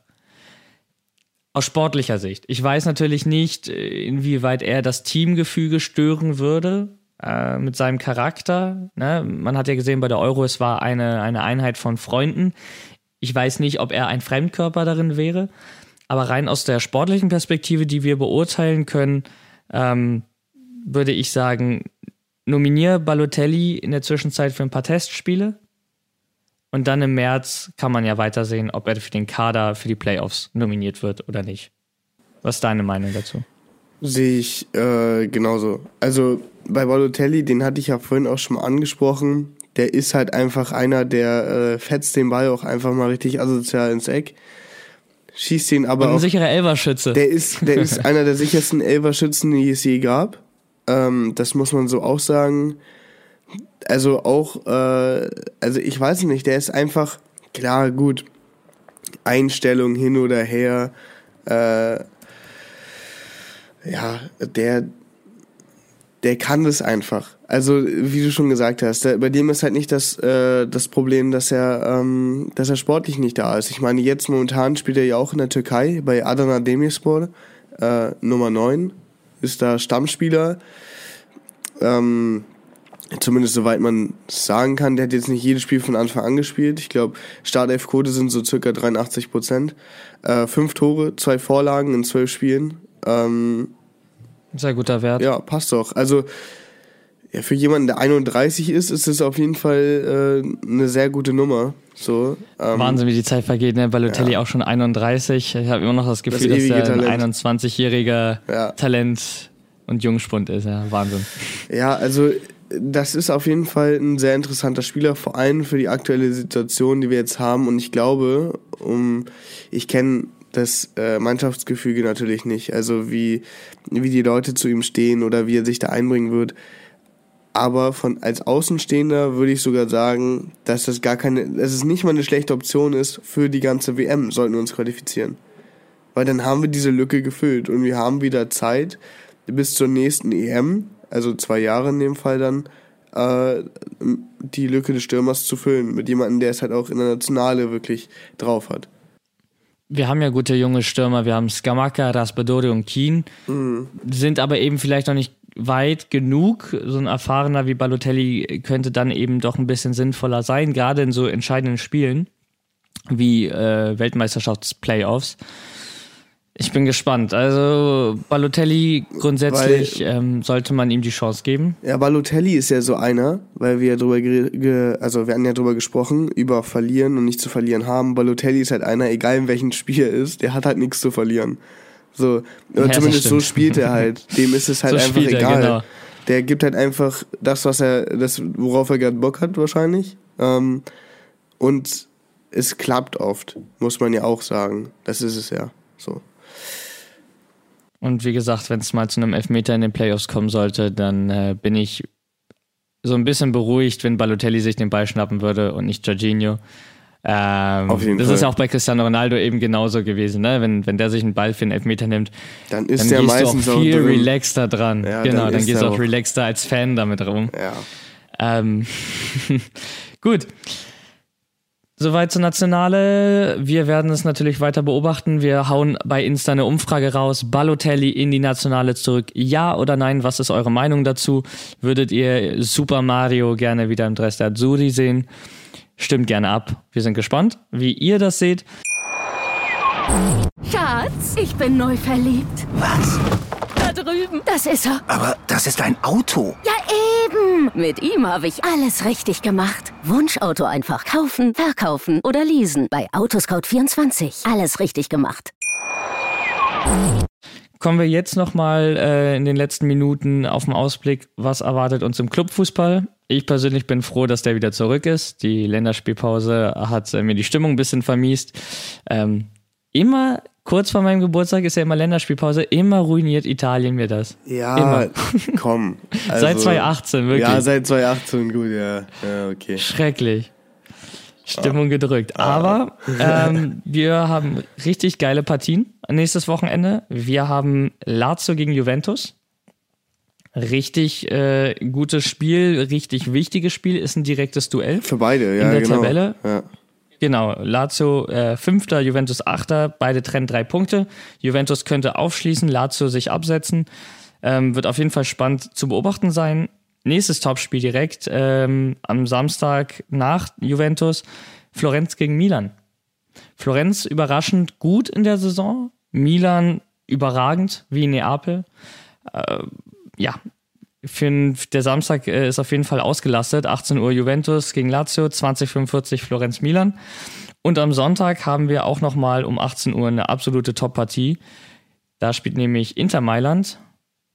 Aus sportlicher Sicht. Ich weiß natürlich nicht, inwieweit er das Teamgefüge stören würde äh, mit seinem Charakter. Ne? Man hat ja gesehen bei der Euro, es war eine, eine Einheit von Freunden. Ich weiß nicht, ob er ein Fremdkörper darin wäre, aber rein aus der sportlichen Perspektive, die wir beurteilen können, ähm, würde ich sagen, nominiere Balotelli in der Zwischenzeit für ein paar Testspiele und dann im März kann man ja weitersehen, ob er für den Kader für die Playoffs nominiert wird oder nicht. Was ist deine Meinung dazu? Sehe ich äh, genauso. Also bei Balotelli, den hatte ich ja vorhin auch schon mal angesprochen, der ist halt einfach einer, der äh, fetzt den Ball auch einfach mal richtig asozial ins Eck. Schießt ihn aber Und ein auch... sicherer Elferschütze. Der ist, der ist einer der sichersten Elferschützen, die es je gab. Ähm, das muss man so auch sagen. Also auch, äh, also ich weiß nicht, der ist einfach, klar, gut, Einstellung hin oder her, äh, ja, der, der kann das einfach. Also wie du schon gesagt hast, der, bei dem ist halt nicht das, äh, das Problem, dass er, ähm, dass er sportlich nicht da ist. Ich meine, jetzt momentan spielt er ja auch in der Türkei bei Adana Demirspor, äh, Nummer neun, ist da Stammspieler. Ähm, zumindest soweit man es sagen kann, der hat jetzt nicht jedes Spiel von Anfang an gespielt. Ich glaube, Startelf-Quote sind so circa dreiundachtzig Prozent. Äh, fünf Tore, zwei Vorlagen in zwölf Spielen. Ähm, Sehr guter Wert. ja, passt doch. Also ja, für jemanden, der einunddreißig ist, ist es auf jeden Fall äh, eine sehr gute Nummer. So, ähm, Wahnsinn, wie die Zeit vergeht, ne? Balotelli ja. auch schon einunddreißig. Ich habe immer noch das Gefühl, Das dass ewige er ein Talent. einundzwanzigjähriger Ja. Talent und Jungspund ist. Ja, Wahnsinn. Ja, also das ist auf jeden Fall ein sehr interessanter Spieler, vor allem für die aktuelle Situation, die wir jetzt haben. Und ich glaube, um ich kenne das äh, Mannschaftsgefüge natürlich nicht, also wie wie die Leute zu ihm stehen oder wie er sich da einbringen wird. Aber von als Außenstehender würde ich sogar sagen, dass das gar keine, dass es nicht mal eine schlechte Option ist für die ganze W M, sollten wir uns qualifizieren. Weil dann haben wir diese Lücke gefüllt und wir haben wieder Zeit bis zur nächsten E M, also zwei Jahre in dem Fall dann, äh, die Lücke des Stürmers zu füllen mit jemandem, der es halt auch in der Nationale wirklich drauf hat. Wir haben ja gute junge Stürmer, wir haben Scamacca, Raspadori und Keane, Mhm. sind aber eben vielleicht noch nicht weit genug. So ein Erfahrener wie Balotelli könnte dann eben doch ein bisschen sinnvoller sein, gerade in so entscheidenden Spielen wie äh, Weltmeisterschaftsplayoffs. Ich bin gespannt. Also Balotelli grundsätzlich Weil- ähm, sollte man ihm die Chance geben. Ja, Balotelli ist ja so einer, weil wir ja drüber, ge- ge- also wir hatten ja drüber gesprochen, über verlieren und nicht zu verlieren haben. Balotelli ist halt einer, egal in welchem Spiel er ist, der hat halt nichts zu verlieren. So, oder Ja, das zumindest so stimmt. spielt er halt. Dem ist es halt So einfach spielt er, egal. genau. Der gibt halt einfach das, was er, das, worauf er gerade Bock hat wahrscheinlich. Ähm, und es klappt oft, muss man ja auch sagen. Das ist es ja. So. Und wie gesagt, wenn es mal zu einem Elfmeter in den Playoffs kommen sollte, dann äh, bin ich so ein bisschen beruhigt, wenn Balotelli sich den Ball schnappen würde und nicht Jorginho. Ähm, Auf jeden das Fall. ist ja auch bei Cristiano Ronaldo eben genauso gewesen, ne? Wenn, wenn der sich einen Ball für einen Elfmeter nimmt, Dann ist dann der gehst du meistens auch auch viel drin. relaxter dran. Ja, genau, dann dann, ist gehst er du auch auch- relaxter als Fan damit rum. Ja. Ähm, gut. Soweit zur Nationale. Wir werden es natürlich weiter beobachten. Wir hauen bei Insta eine Umfrage raus. Balotelli in die Nationale zurück. Ja oder nein? Was ist eure Meinung dazu? Würdet ihr Super Mario gerne wieder im Dress der Azzurri sehen? Stimmt gerne ab. Wir sind gespannt, wie ihr das seht. Schatz, ich bin neu verliebt. Was? Da drüben. Das ist er. Aber das ist ein Auto. Ja, eben. Mit ihm habe ich alles richtig gemacht. Wunschauto einfach kaufen, verkaufen oder leasen. Bei Autoscout vierundzwanzig. Alles richtig gemacht. Kommen wir jetzt nochmal äh, in den letzten Minuten auf den Ausblick. Was erwartet uns im Clubfußball? Ich persönlich bin froh, dass der wieder zurück ist. Die Länderspielpause hat äh, mir die Stimmung ein bisschen vermiest. Ähm, immer kurz vor meinem Geburtstag ist ja immer Länderspielpause. Immer ruiniert Italien mir das. Ja, Immer. komm. Also, Seit zwanzig achtzehn, wirklich. Ja, seit zwanzig achtzehn, gut, ja. Ja, okay. Schrecklich. Stimmung gedrückt. Aber ähm, wir haben richtig geile Partien nächstes Wochenende. Wir haben Lazio gegen Juventus. Richtig äh, gutes Spiel, richtig wichtiges Spiel, ist ein direktes Duell. Für beide, ja, In der genau. Tabelle. Ja. Genau, Lazio äh, Fünfter, Juventus Achter, beide trennen drei Punkte. Juventus könnte aufschließen, Lazio sich absetzen. Ähm, wird auf jeden Fall spannend zu beobachten sein. Nächstes Topspiel direkt ähm, am Samstag nach Juventus, Florenz gegen Milan. Florenz überraschend gut in der Saison, Milan überragend wie in Neapel. Äh, ja, für den, der Samstag äh, ist auf jeden Fall ausgelastet. achtzehn Uhr Juventus gegen Lazio, zwanzig Uhr fünfundvierzig Florenz Milan. Und am Sonntag haben wir auch nochmal um achtzehn Uhr eine absolute Top-Partie. Da spielt nämlich Inter Mailand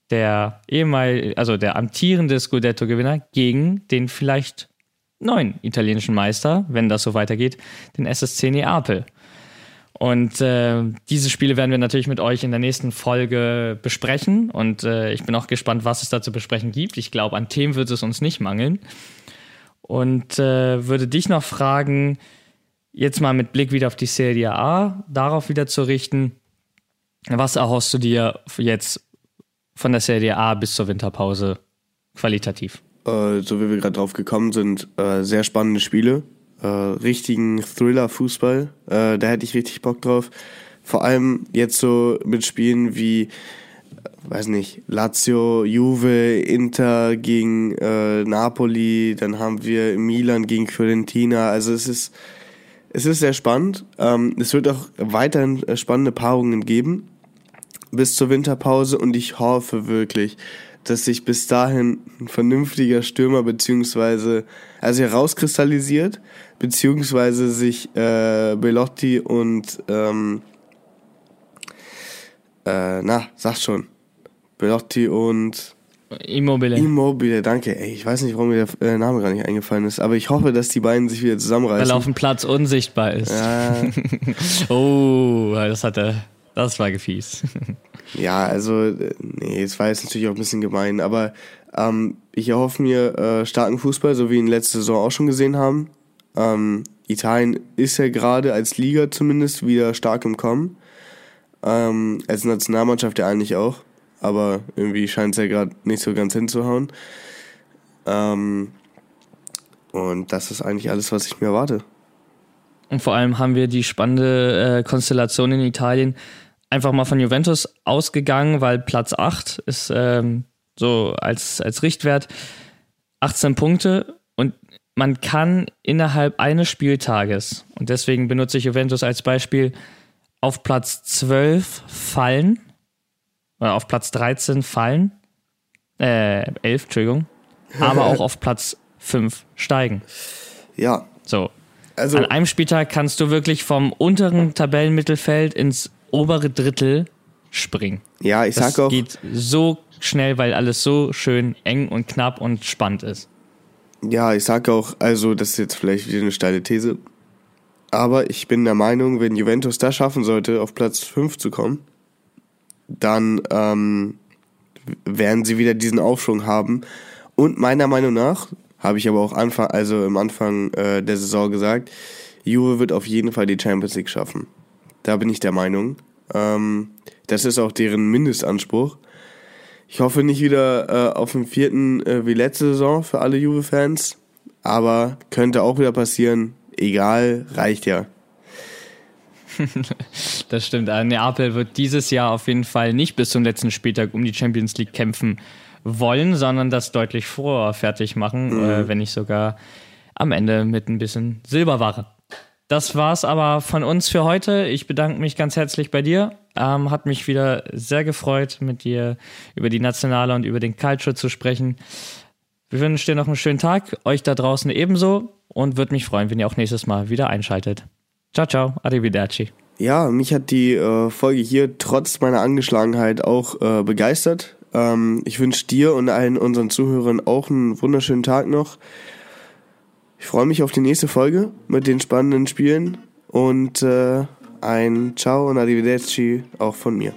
der ehemalige, also der amtierende Scudetto-Gewinner gegen den vielleicht neuen italienischen Meister, wenn das so weitergeht, den S S C Neapel. Und äh, diese Spiele werden wir natürlich mit euch in der nächsten Folge besprechen. Und äh, ich bin auch gespannt, was es da zu besprechen gibt. Ich glaube, an Themen wird es uns nicht mangeln. Und äh, würde dich noch fragen, jetzt mal mit Blick wieder auf die Serie A, darauf wieder zu richten, was erhoffst du dir jetzt von der Serie A bis zur Winterpause qualitativ? Äh, so wie wir gerade drauf gekommen sind, äh, sehr spannende Spiele. Äh, richtigen Thriller-Fußball, äh, da hätte ich richtig Bock drauf. Vor allem jetzt so mit Spielen wie, äh, weiß nicht, Lazio, Juve, Inter gegen äh, Napoli, dann haben wir Milan gegen Fiorentina. Also es ist, es ist sehr spannend. Ähm, es wird auch weiterhin spannende Paarungen geben bis zur Winterpause und ich hoffe wirklich, dass sich bis dahin ein vernünftiger Stürmer beziehungsweise also herauskristallisiert, beziehungsweise sich äh, Belotti und ähm, äh, na, sag schon, Belotti und Immobile. Immobile, danke. Ey, ich weiß nicht, warum mir der Name gar nicht eingefallen ist, aber ich hoffe, dass die beiden sich wieder zusammenreißen. Weil er auf dem Platz unsichtbar ist. Ja. Oh, das hat er, das war gefies. Ja, also, nee, es war jetzt natürlich auch ein bisschen gemein, aber ähm, ich erhoffe mir äh, starken Fußball, so wie wir ihn letzte Saison auch schon gesehen haben. Ähm, Italien ist ja gerade als Liga zumindest wieder stark im Kommen. Ähm, als Nationalmannschaft ja eigentlich auch, aber irgendwie scheint es ja gerade nicht so ganz hinzuhauen. Ähm, und das ist eigentlich alles, was ich mir erwarte. Und vor allem haben wir die spannende äh, Konstellation in Italien einfach mal von Juventus ausgegangen, weil Platz acht ist ähm, so als, als Richtwert achtzehn Punkte und man kann innerhalb eines Spieltages, und deswegen benutze ich Juventus als Beispiel, auf Platz zwölf fallen, oder auf Platz dreizehn fallen, äh, elf, Entschuldigung, aber auch auf Platz fünf steigen. Ja. So. Also, an einem Spieltag kannst du wirklich vom unteren Tabellenmittelfeld ins obere Drittel springen. Ja, ich das sag auch. geht so schnell, weil alles so schön eng und knapp und spannend ist. Ja, ich sag auch, also das ist jetzt vielleicht wieder eine steile These, aber ich bin der Meinung, wenn Juventus das schaffen sollte, auf Platz fünf zu kommen, dann ähm, werden sie wieder diesen Aufschwung haben. Und meiner Meinung nach, habe ich aber auch Anfang, also im Anfang äh, der Saison gesagt, Juve wird auf jeden Fall die Champions League schaffen. Da bin ich der Meinung. Ähm, das ist auch deren Mindestanspruch. Ich hoffe nicht wieder äh, auf den vierten äh, wie letzte Saison für alle Juve-Fans, aber könnte auch wieder passieren. Egal, reicht ja. Das stimmt. Neapel wird dieses Jahr auf jeden Fall nicht bis zum letzten Spieltag um die Champions League kämpfen wollen, sondern das deutlich vorher fertig machen, mhm. äh, wenn nicht sogar am Ende mit ein bisschen Silberware. Das war's aber von uns für heute. Ich bedanke mich ganz herzlich bei dir. Ähm, hat mich wieder sehr gefreut, mit dir über die Nationale und über den Calcio zu sprechen. Wir wünschen dir noch einen schönen Tag, euch da draußen ebenso und würde mich freuen, wenn ihr auch nächstes Mal wieder einschaltet. Ciao, ciao, arrivederci. Ja, mich hat die äh, Folge hier trotz meiner Angeschlagenheit auch äh, begeistert. Ähm, ich wünsche dir und allen unseren Zuhörern auch einen wunderschönen Tag noch. Ich freue mich auf die nächste Folge mit den spannenden Spielen und äh, ein Ciao und Arrivederci auch von mir.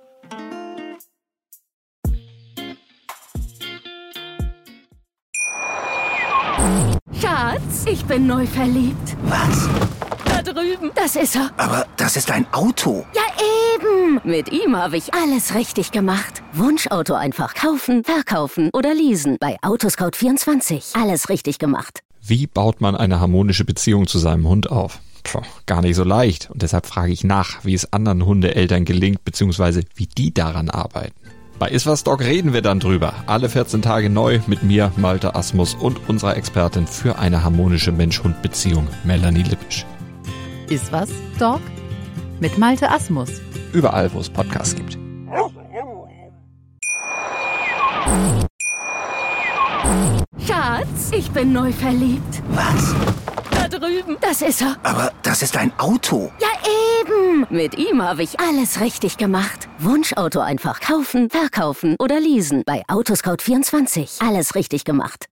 Schatz, ich bin neu verliebt. Was? Da drüben. Das ist er. Aber das ist ein Auto. Ja, eben. Mit ihm habe ich alles richtig gemacht. Wunschauto einfach kaufen, verkaufen oder leasen. Bei Autoscout vierundzwanzig. Alles richtig gemacht. Wie baut man eine harmonische Beziehung zu seinem Hund auf? Puh, gar nicht so leicht. Und deshalb frage ich nach, wie es anderen Hundeeltern gelingt, beziehungsweise wie die daran arbeiten. Bei Iswas Dog reden wir dann drüber. Alle vierzehn Tage neu mit mir, Malte Asmus und unserer Expertin für eine harmonische Mensch-Hund-Beziehung, Melanie Lippisch. Iswas Dog mit Malte Asmus. Überall, wo es Podcasts gibt. Schatz, ich bin neu verliebt. Was? Da drüben. Das ist er. Aber das ist ein Auto. Ja, Eben, mit ihm habe ich alles richtig gemacht. Wunschauto einfach kaufen, verkaufen oder leasen. Bei Autoscout vierundzwanzig. Alles richtig gemacht.